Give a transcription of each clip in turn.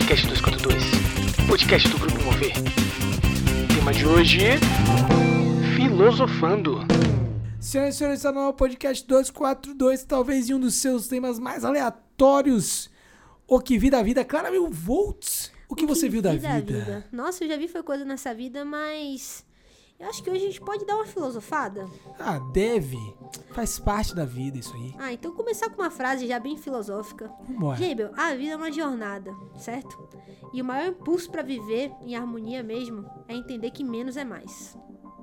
podcast 242, podcast do Grupo Mover. Tema de hoje, filosofando. Senhoras e senhores, está no podcast 242, talvez um dos seus temas mais aleatórios. O que vi da vida, Clara Mil Volts. O que você viu da vida? Nossa, eu já vi foi coisa nessa vida, mas eu acho que hoje a gente pode dar uma filosofada. Ah, deve. Faz parte da vida isso aí. Ah, então começar com uma frase já bem filosófica. Vambora. Geibel, a vida é uma jornada, certo? E o maior impulso pra viver em harmonia mesmo é entender que menos é mais.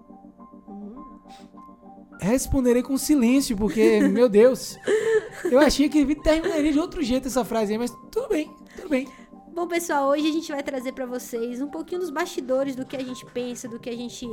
Responderei com silêncio, porque, meu Deus, eu achei que terminaria de outro jeito essa frase aí, mas tudo bem. Bom, pessoal, hoje a gente vai trazer pra vocês um pouquinho dos bastidores do que a gente pensa, do que a gente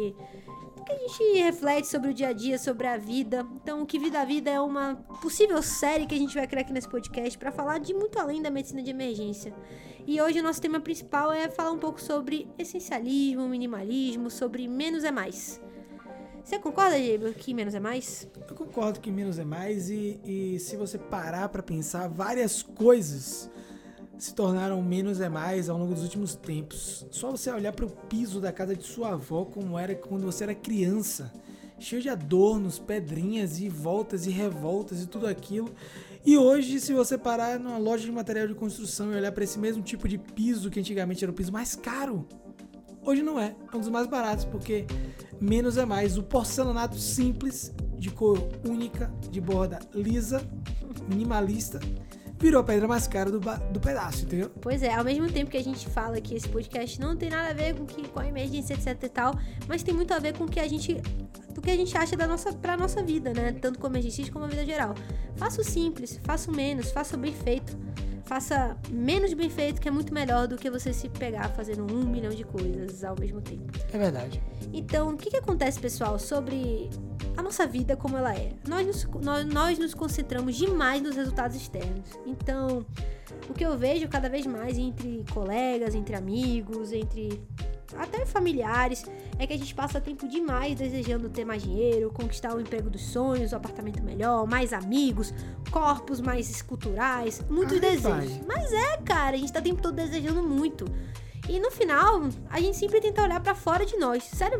reflete sobre o dia a dia, sobre a vida. Então, o que vi da vida é uma possível série que a gente vai criar aqui nesse podcast pra falar de muito além da medicina de emergência. E hoje o nosso tema principal é falar um pouco sobre essencialismo, minimalismo, sobre menos é mais. Você concorda, Diego, que menos é mais? Eu concordo que menos é mais e se você parar pra pensar, várias coisas se tornaram menos é mais ao longo dos últimos tempos. Só você olhar para o piso da casa de sua avó como era quando você era criança, cheio de adornos, pedrinhas e voltas e revoltas e tudo aquilo. E hoje, se você parar numa loja de material de construção e olhar para esse mesmo tipo de piso que antigamente era o piso mais caro, hoje não é. É um dos mais baratos, porque menos é mais. O porcelanato simples, de cor única, de borda lisa, minimalista, virou a pedra mais cara do pedaço, entendeu? Pois é, ao mesmo tempo que a gente fala que esse podcast não tem nada a ver com a emergência, etc e tal, mas tem muito a ver com o que a gente acha pra nossa vida, né? Tanto como emergência como a vida geral. Faça o simples, faça o menos, faça o bem feito. Faça menos bem feito, que é muito melhor do que você se pegar fazendo 1 milhão de coisas ao mesmo tempo. É verdade. Então, o que acontece, pessoal, sobre a nossa vida como ela é? Nós nos concentramos demais nos resultados externos. Então, o que eu vejo cada vez mais entre colegas, entre amigos, entre até familiares, é que a gente passa tempo demais desejando ter mais dinheiro, conquistar o emprego dos sonhos, o apartamento melhor, mais amigos, corpos mais esculturais, muitos desejos. Mas cara, a gente tá o tempo todo desejando muito. E no final, a gente sempre tenta olhar pra fora de nós. Sério.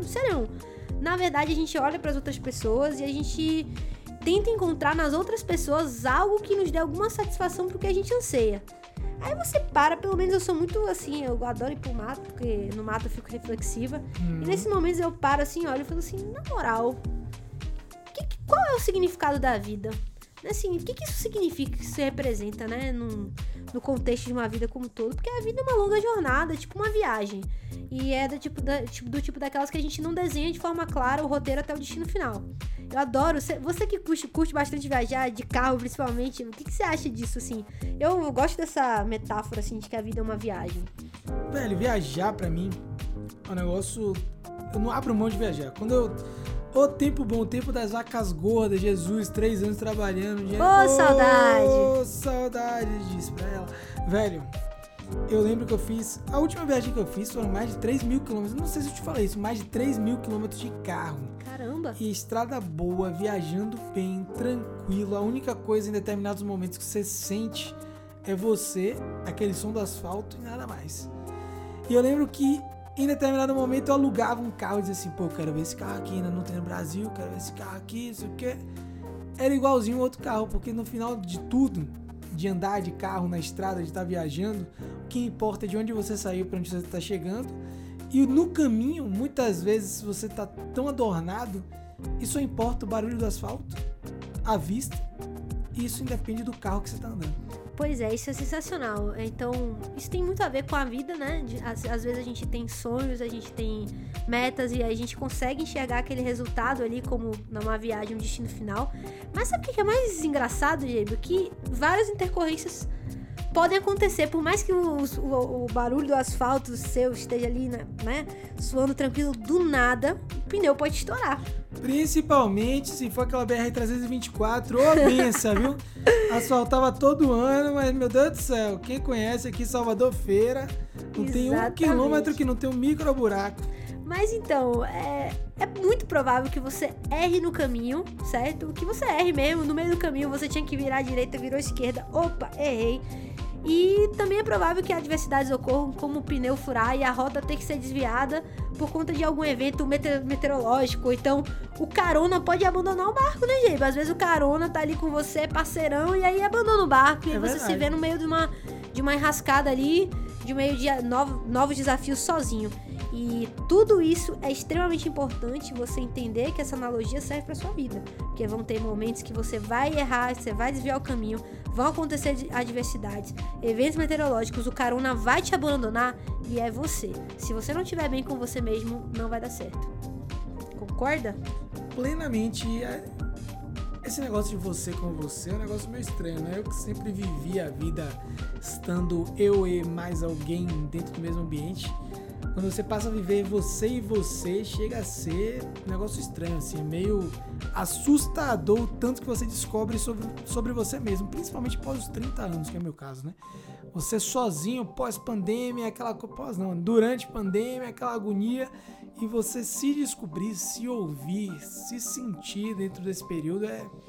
Na verdade, a gente olha pras outras pessoas e a gente tenta encontrar nas outras pessoas algo que nos dê alguma satisfação pro que a gente anseia. Aí você para, pelo menos eu sou muito assim, eu adoro ir pro mato, porque no mato eu fico reflexiva. E nesses momentos eu paro assim, olho e falo assim, na moral, qual é o significado da vida? Assim, o que isso significa, que isso representa, né, no contexto de uma vida como um todo? Porque a vida é uma longa jornada, tipo uma viagem. E é do tipo daquelas que a gente não desenha de forma clara o roteiro até o destino final. Eu adoro, você que curte bastante viajar, de carro principalmente, o que você acha disso, assim? Eu gosto dessa metáfora, assim, de que a vida é uma viagem. Velho, viajar pra mim é um negócio... Eu não abro mão de viajar. O tempo bom, o tempo das vacas gordas, Jesus, 3 anos trabalhando. Saudade! Saudade disso pra ela. Velho, eu lembro que eu fiz... A última viagem que eu fiz foram mais de 3 mil quilômetros. Não sei se eu te falei isso, mais de 3 mil quilômetros de carro. Caramba! E estrada boa, viajando bem, tranquilo. A única coisa em determinados momentos que você sente é você, aquele som do asfalto e nada mais. E eu lembro que em determinado momento eu alugava um carro e dizia assim, pô, quero ver esse carro aqui, ainda não tem no Brasil, quero ver esse carro aqui, não sei o que. Era igualzinho outro carro, porque no final de tudo, de andar de carro na estrada, de estar viajando, o que importa é de onde você saiu para onde você está chegando. E no caminho, muitas vezes, você tá tão adornado, e só importa o barulho do asfalto, a vista, e isso independe do carro que você tá andando. Pois é, isso é sensacional. Então, isso tem muito a ver com a vida, né? Às vezes a gente tem sonhos, a gente tem metas e a gente consegue enxergar aquele resultado ali como numa viagem, um destino final. Mas sabe o que é mais engraçado, Diego? Que várias intercorrências podem acontecer, por mais que o barulho do asfalto seu esteja ali, né, suando tranquilo, do nada, o pneu pode estourar. Principalmente se for aquela BR-324, ô benção, viu? Asfaltava todo ano, mas, meu Deus do céu, quem conhece aqui Salvador Feira, não tem 1 quilômetro que não tem um micro buraco. Mas então, é muito provável que você erre no caminho, certo? Que você erre mesmo, no meio do caminho você tinha que virar à direita, virou à esquerda, opa, errei. E também é provável que adversidades ocorram, como o pneu furar e a rota ter que ser desviada por conta de algum evento meteorológico. Então, o carona pode abandonar o barco, né, gente? Às vezes o carona tá ali com você, parceirão, e aí abandona o barco. E aí você se vê no meio de uma enrascada ali, de meio de novos desafios sozinho. E tudo isso é extremamente importante você entender que essa analogia serve para sua vida. Porque vão ter momentos que você vai errar, você vai desviar o caminho, vão acontecer adversidades, eventos meteorológicos, o carona vai te abandonar e é você. Se você não estiver bem com você mesmo, não vai dar certo. Concorda? Plenamente. Esse negócio de você com você é um negócio meio estranho, né? Eu que sempre vivi a vida estando eu e mais alguém dentro do mesmo ambiente. Quando você passa a viver você e você, chega a ser um negócio estranho, assim, meio assustador o tanto que você descobre sobre você mesmo, principalmente após os 30 anos, que é o meu caso, né? Você sozinho, pós-pandemia, durante pandemia, aquela agonia, e você se descobrir, se ouvir, se sentir dentro desse período,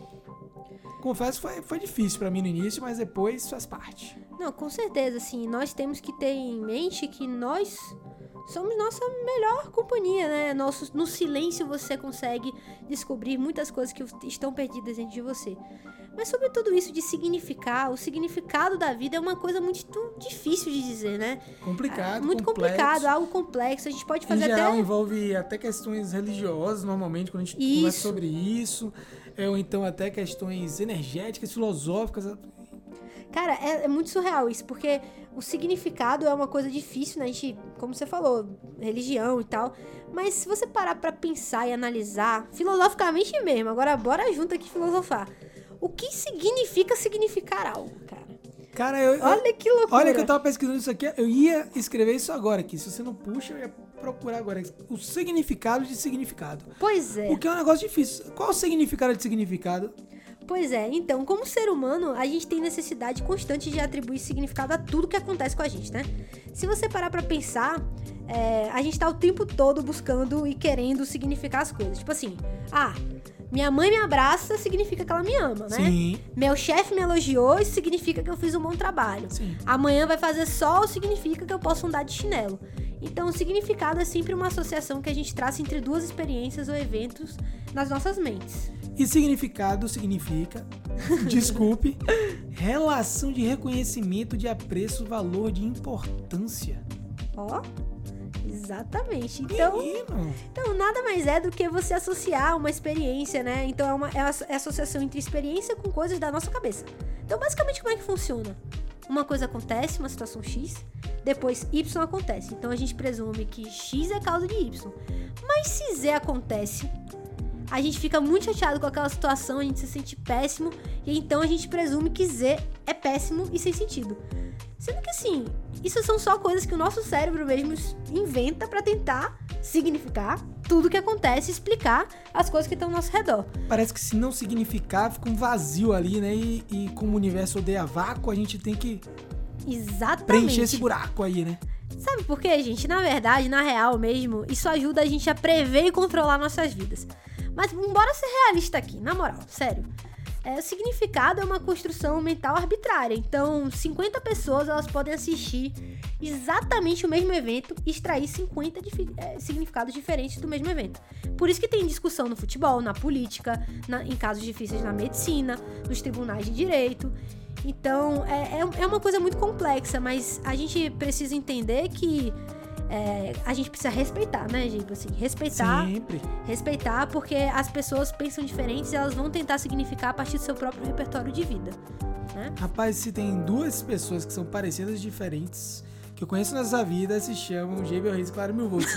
confesso que foi difícil pra mim no início, mas depois faz parte. Não, com certeza, assim, nós temos que ter em mente que nós somos nossa melhor companhia, né? No silêncio você consegue descobrir muitas coisas que estão perdidas dentro de você. Mas sobre tudo isso de significar, o significado da vida é uma coisa muito difícil de dizer, né? Complicado, muito complicado, algo complexo. A gente pode fazer em geral, envolve até questões religiosas, normalmente, quando a gente conversa sobre isso. Ou então até questões energéticas, filosóficas. Cara, é muito surreal isso, porque o significado é uma coisa difícil, né? A gente, como você falou, religião e tal. Mas se você parar pra pensar e analisar, filosoficamente mesmo, agora bora junto aqui filosofar. O que significa significar algo, cara? Cara, olha que loucura. Olha que eu tava pesquisando isso aqui, eu ia escrever isso agora aqui. Se você não puxa, eu ia procurar agora o significado de significado. Pois é. Porque é um negócio difícil. Qual o significado de significado? Pois é, então, como ser humano, a gente tem necessidade constante de atribuir significado a tudo que acontece com a gente, né? Se você parar pra pensar, a gente tá o tempo todo buscando e querendo significar as coisas. Tipo assim, minha mãe me abraça, significa que ela me ama, né? Sim. Meu chefe me elogiou, isso significa que eu fiz um bom trabalho. Sim. Amanhã vai fazer sol, significa que eu posso andar de chinelo. Então, o significado é sempre uma associação que a gente traça entre duas experiências ou eventos nas nossas mentes. E significado significa, desculpe, relação de reconhecimento, de apreço, valor, de importância. Ó, exatamente. Então, Menino. então, nada mais é do que você associar uma experiência, né? Então, é a associação entre experiência com coisas da nossa cabeça. Então, basicamente, como é que funciona? Uma coisa acontece, uma situação X, depois Y acontece. Então, a gente presume que X é causa de Y. Mas se Z acontece, a gente fica muito chateado com aquela situação, a gente se sente péssimo, e então a gente presume que Z é péssimo e sem sentido. Sendo que assim, isso são só coisas que o nosso cérebro mesmo inventa pra tentar significar tudo que acontece, explicar as coisas que estão ao nosso redor. Parece que se não significar, fica um vazio ali, né? E como o universo odeia vácuo, a gente tem que preencher esse buraco aí, né? Sabe por quê, gente? Na verdade, na real mesmo, isso ajuda a gente a prever e controlar nossas vidas. Mas bora ser realista aqui, na moral, sério. O significado é uma construção mental arbitrária. Então, 50 pessoas elas podem assistir exatamente o mesmo evento e extrair 50 significados diferentes do mesmo evento. Por isso que tem discussão no futebol, na política, em casos difíceis na medicina, nos tribunais de direito. Então, é uma coisa muito complexa, mas a gente precisa entender que a gente precisa respeitar, né, gente? Assim, respeitar. Sempre. Respeitar, porque as pessoas pensam diferentes e elas vão tentar significar a partir do seu próprio repertório de vida, né? Rapaz, se tem duas pessoas que são parecidas e diferentes, que eu conheço nessa vida, se chamam Gabriel Reis e Clara Milvolts.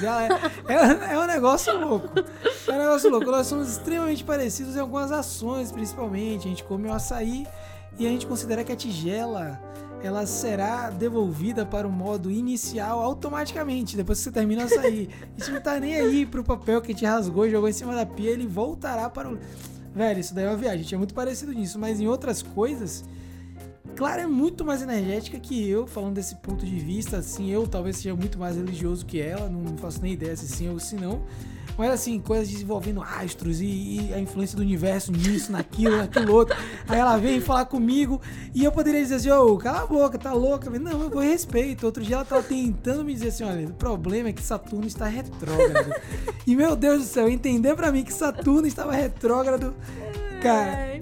É um negócio louco. É um negócio louco. Nós somos extremamente parecidos em algumas ações, principalmente. A gente come o açaí e a gente considera que a tigela ela será devolvida para o modo inicial automaticamente, depois que você termina o açaí. A gente não tá nem aí pro papel que a gente rasgou e jogou em cima da pia, ele voltará para o... Velho, isso daí é uma viagem, a gente é muito parecido nisso, mas em outras coisas, Clara é muito mais energética que eu, falando desse ponto de vista, assim, eu talvez seja muito mais religioso que ela, não faço nem ideia se sim ou se não. Mas assim, coisas desenvolvendo astros e a influência do universo nisso, naquilo outro. Aí ela vem falar comigo e eu poderia dizer assim, ô, cala a boca, tá louca? Não, eu vou respeito. Outro dia ela tava tentando me dizer assim, olha, o problema é que Saturno está retrógrado. E meu Deus do céu, entender pra mim que Saturno estava retrógrado, cara...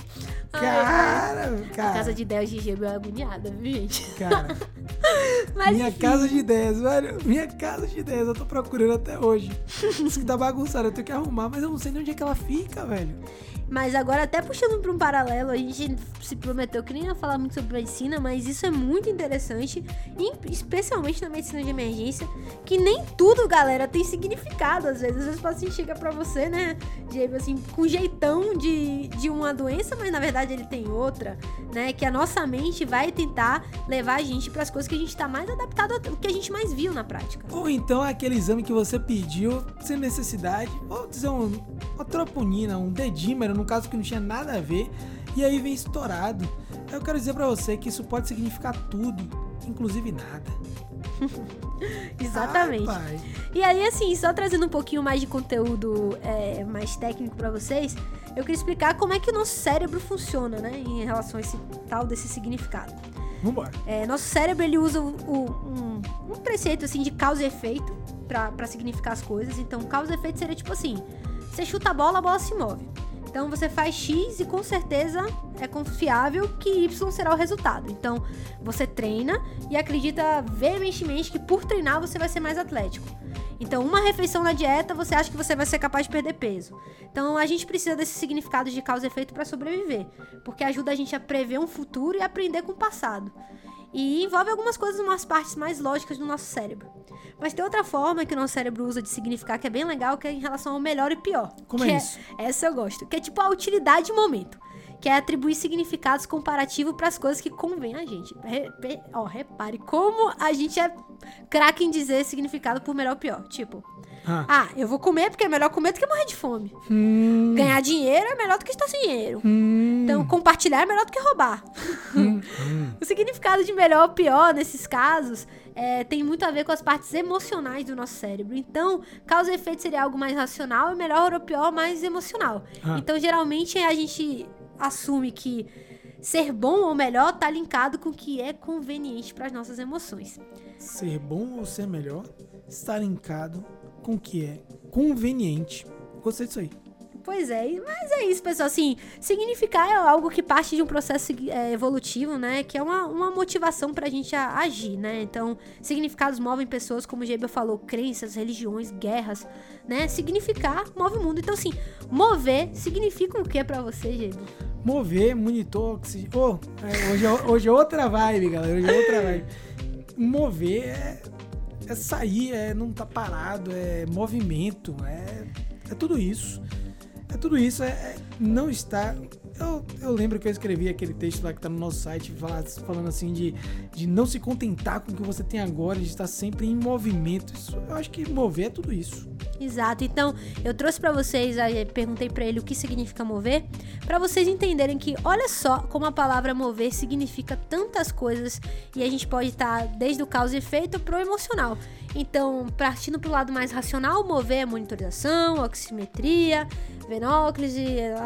A casa de ideias de Gêmeo é agoniada, viu, gente? Cara, Mas, minha enfim. casa de ideias, velho. Minha casa de ideias, eu tô procurando até hoje. Isso que tá bagunçado, eu tenho que arrumar, mas eu não sei nem onde é que ela fica, velho. Mas agora, até puxando para um paralelo, a gente se prometeu que nem ia falar muito sobre medicina, mas isso é muito interessante, especialmente na medicina de emergência, que nem tudo, galera, tem significado. Às vezes o paciente chega pra você, né, assim, com jeitão de uma doença, mas na verdade ele tem outra, né, que a nossa mente vai tentar levar a gente pras coisas que a gente tá mais adaptado ao que a gente mais viu na prática. Ou então aquele exame que você pediu sem necessidade, ou dizer uma troponina, um dedímero, no caso que não tinha nada a ver, e aí vem estourado. Eu quero dizer pra você que isso pode significar tudo, inclusive nada. Exatamente. Ai, E aí, assim, só trazendo um pouquinho mais de conteúdo mais técnico pra vocês, eu queria explicar como é que o nosso cérebro funciona, né, em relação a esse tal desse significado. Vambora. Nosso cérebro, ele usa um preceito, assim, de causa e efeito pra significar as coisas. Então, causa e efeito seria tipo assim, você chuta a bola se move. Então, você faz X e com certeza é confiável que Y será o resultado. Então, você treina e acredita veementemente que por treinar você vai ser mais atlético. Então, uma refeição na dieta, você acha que você vai ser capaz de perder peso. Então, a gente precisa desses significados de causa e efeito para sobreviver, porque ajuda a gente a prever um futuro e aprender com o passado. E envolve algumas coisas, umas partes mais lógicas do nosso cérebro. Mas tem outra forma que o nosso cérebro usa de significar que é bem legal, que é em relação ao melhor e pior. Como é isso? Essa eu gosto. Que é tipo a utilidade de momento. Que é atribuir significados comparativos para as coisas que convém a gente. Repare como a gente é craque em dizer significado por melhor ou pior. Tipo, eu vou comer porque é melhor comer do que morrer de fome. Ganhar dinheiro é melhor do que estar sem dinheiro. Então, compartilhar é melhor do que roubar. O significado de melhor ou pior, nesses casos, tem muito a ver com as partes emocionais do nosso cérebro. Então, causa e efeito seria algo mais racional e melhor ou pior mais emocional. Então, geralmente, a gente assume que ser bom ou melhor tá linkado com o que é conveniente para as nossas emoções. Ser bom ou ser melhor está linkado com o que é conveniente. Gostei disso aí. Pois é, mas é isso, pessoal. Assim, significar é algo que parte de um processo evolutivo, né? Que é uma motivação pra gente agir, né? Então, significados movem pessoas, como o Gêbio falou, crenças, religiões, guerras, né? Significar move o mundo. Então, assim, mover significa o que pra você, Gêbio? Mover, monitor, oxigênio. Hoje é outra vibe, galera. Hoje é outra vibe. Mover é sair, não tá parado, é movimento, é tudo isso. É tudo isso, não está... Eu lembro que eu escrevi aquele texto lá que tá no nosso site, falando assim de não se contentar com o que você tem agora, de estar sempre em movimento. Eu acho que mover é tudo isso. Exato, então eu trouxe pra vocês, perguntei pra ele o que significa mover, pra vocês entenderem que olha só como a palavra mover significa tantas coisas e a gente pode estar desde o causa e efeito pro emocional. Então, partindo pro lado mais racional, mover é monitorização, oximetria, venóclise,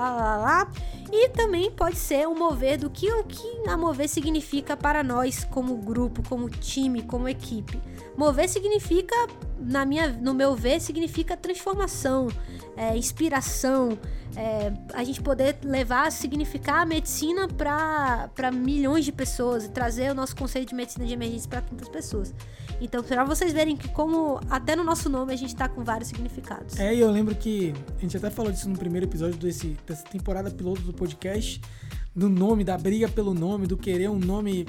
e também pode ser o mover do que a mover significa para nós como grupo, como time, como equipe. Mover significa, no meu ver, significa transformação, inspiração, a gente poder significar a medicina para milhões de pessoas e trazer o nosso conceito de medicina de emergência para tantas pessoas. Então, para vocês verem que como até no nosso nome a gente tá com vários significados. E eu lembro que a gente até falou disso no primeiro episódio dessa temporada piloto do podcast, do nome, da briga pelo nome, do querer um nome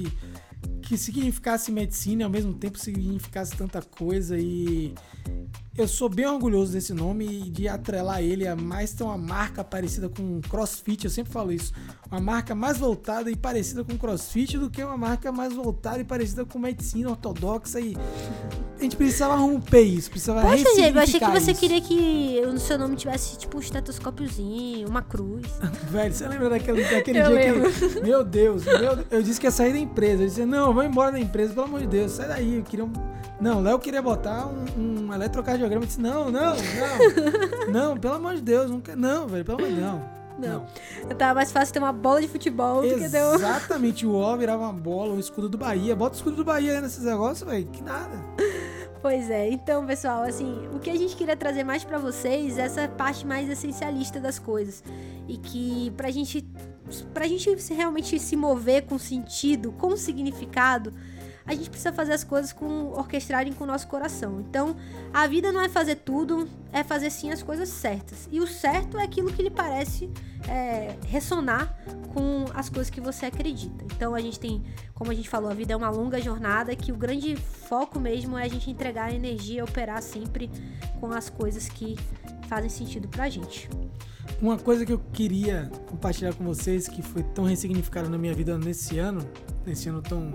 que significasse medicina e ao mesmo tempo significasse tanta coisa. E eu sou bem orgulhoso desse nome e de atrelar ele a mais ter uma marca parecida com CrossFit, eu sempre falo isso. Uma marca mais voltada e parecida com CrossFit do que uma marca mais voltada e parecida com medicina ortodoxa. E a gente precisava romper isso, precisava Poxa, Diego, eu achei que ressignificar você isso. queria que o seu nome tivesse tipo um estetoscópiozinho, uma cruz. Velho, você lembra daquele dia que... Meu Deus, eu disse que ia sair da empresa. Eu disse, não, vou embora da empresa, pelo amor de Deus, sai daí. Eu queria Não, Léo queria botar um eletrocardiograma. Eu disse, não, pelo amor de Deus, não, velho, pelo amor de Deus, não. Tava mais fácil ter uma bola de futebol do que ter um... Exatamente, o O virava uma bola, um escudo do Bahia. Bota o escudo do Bahia aí nesses negócios, velho, que nada. Pois é, então, pessoal, assim, o que a gente queria trazer mais pra vocês é essa parte mais essencialista das coisas. E que pra gente realmente se mover com sentido, com significado, a gente precisa fazer as coisas orquestrarem com o nosso coração. Então, a vida não é fazer tudo, é fazer sim as coisas certas. E o certo é aquilo que lhe parece ressonar com as coisas que você acredita. Então, a gente tem, como a gente falou, a vida é uma longa jornada que o grande foco mesmo é a gente entregar a energia, operar sempre com as coisas que fazem sentido pra gente. Uma coisa que eu queria compartilhar com vocês, que foi tão ressignificada na minha vida nesse ano tão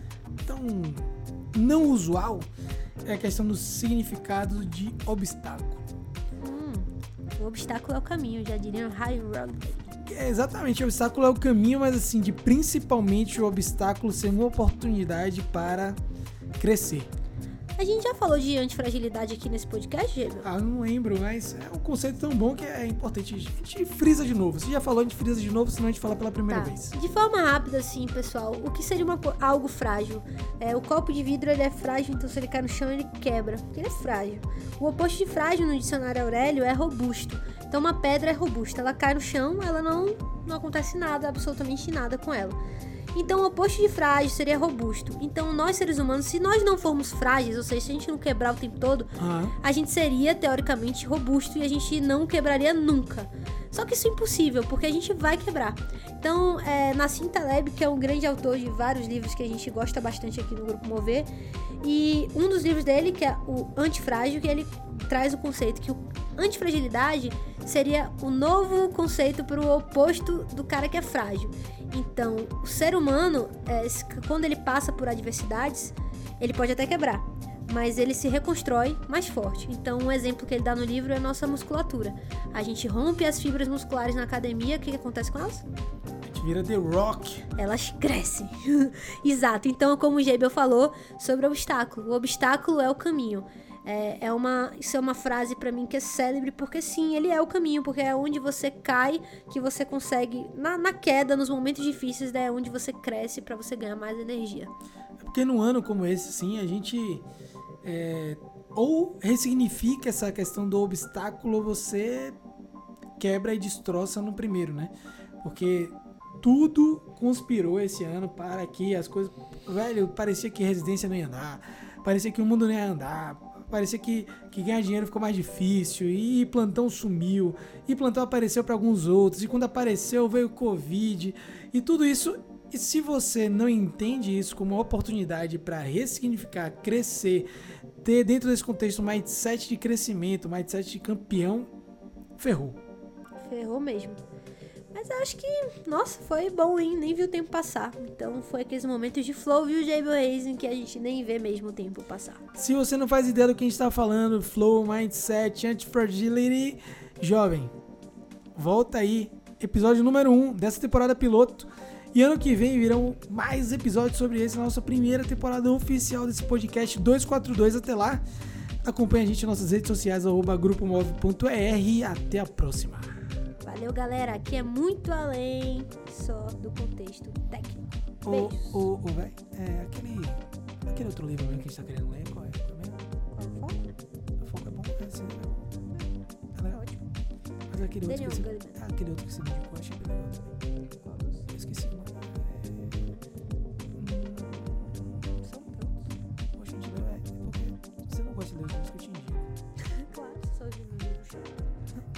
não usual, é a questão do significado de obstáculo. O obstáculo é o caminho, já diria High Road. Exatamente, o obstáculo é o caminho, mas assim, de principalmente o obstáculo ser uma oportunidade para crescer. A gente já falou de antifragilidade aqui nesse podcast, Diego? Eu não lembro, mas é um conceito tão bom que é importante. A gente frisa de novo. Você já falou, a gente frisa de novo, senão a gente fala pela primeira vez. De forma rápida, assim, pessoal, o que seria algo frágil? O copo de vidro, ele é frágil, então se ele cai no chão, ele quebra. Ele é frágil. O oposto de frágil no dicionário Aurélio é robusto. Então uma pedra é robusta. Ela cai no chão, ela não acontece nada, absolutamente nada com ela. Então, o oposto de frágil seria robusto. Então, nós seres humanos, se nós não formos frágeis, ou seja, se a gente não quebrar o tempo todo, a gente seria, teoricamente, robusto e a gente não quebraria nunca. Só que isso é impossível, porque a gente vai quebrar. Então, Nassim Taleb, que é um grande autor de vários livros que a gente gosta bastante aqui no Grupo Mover, e um dos livros dele, que é o Antifrágil, que ele traz o conceito que o antifragilidade seria o novo conceito para o oposto do cara que é frágil. Então, o ser humano, quando ele passa por adversidades, ele pode até quebrar, mas ele se reconstrói mais forte. Então, um exemplo que ele dá no livro é a nossa musculatura. A gente rompe as fibras musculares na academia, o que acontece com elas? A gente vira The Rock. Elas crescem. Exato. Então, como o Gebel falou sobre o obstáculo. O obstáculo é o caminho. Isso é uma frase pra mim que é célebre, porque sim, ele é o caminho, porque é onde você cai que você consegue, na queda, nos momentos difíceis, é onde você cresce pra você ganhar mais energia. Porque num ano como esse, sim, a gente ou ressignifica essa questão do obstáculo, ou você quebra e destroça no primeiro, né? Porque tudo conspirou esse ano para que as coisas... Velho, parecia que residência não ia andar, parecia que o mundo não ia andar, parecia que ganhar dinheiro ficou mais difícil, e plantão sumiu, e plantão apareceu para alguns outros, e quando apareceu veio o Covid, e tudo isso. E se você não entende isso como uma oportunidade para ressignificar, crescer, ter dentro desse contexto um mindset de crescimento, mindset de campeão, ferrou. Ferrou mesmo. Mas eu acho que, nossa, foi bom, hein? Nem vi o tempo passar. Então foi aqueles momentos de flow, viu, Gebel Reis, em que a gente nem vê mesmo o tempo passar. Se você não faz ideia do que a gente tá falando, flow, mindset, anti-fragility, jovem, volta aí, episódio número 1 dessa temporada piloto. E ano que vem virão mais episódios sobre esse, nossa primeira temporada oficial desse podcast 242. Até lá, acompanhe a gente nas nossas redes sociais, @grupomove.er. Até a próxima. Valeu, galera. Aqui é muito além só do contexto técnico. Beijos. Véi, aquele outro livro mesmo que a gente tá querendo ler, qual é? Qual O Foco é bom? Sim, é legal. ótimo. Mas aquele outro Daniel que Goleman. aquele outro que você me indicou, eu achei bem legal também. Eu esqueci o nome. São prontos. Poxa, a gente leu, porque você não gosta de ler os livros que eu te indico. Claro, só os livros.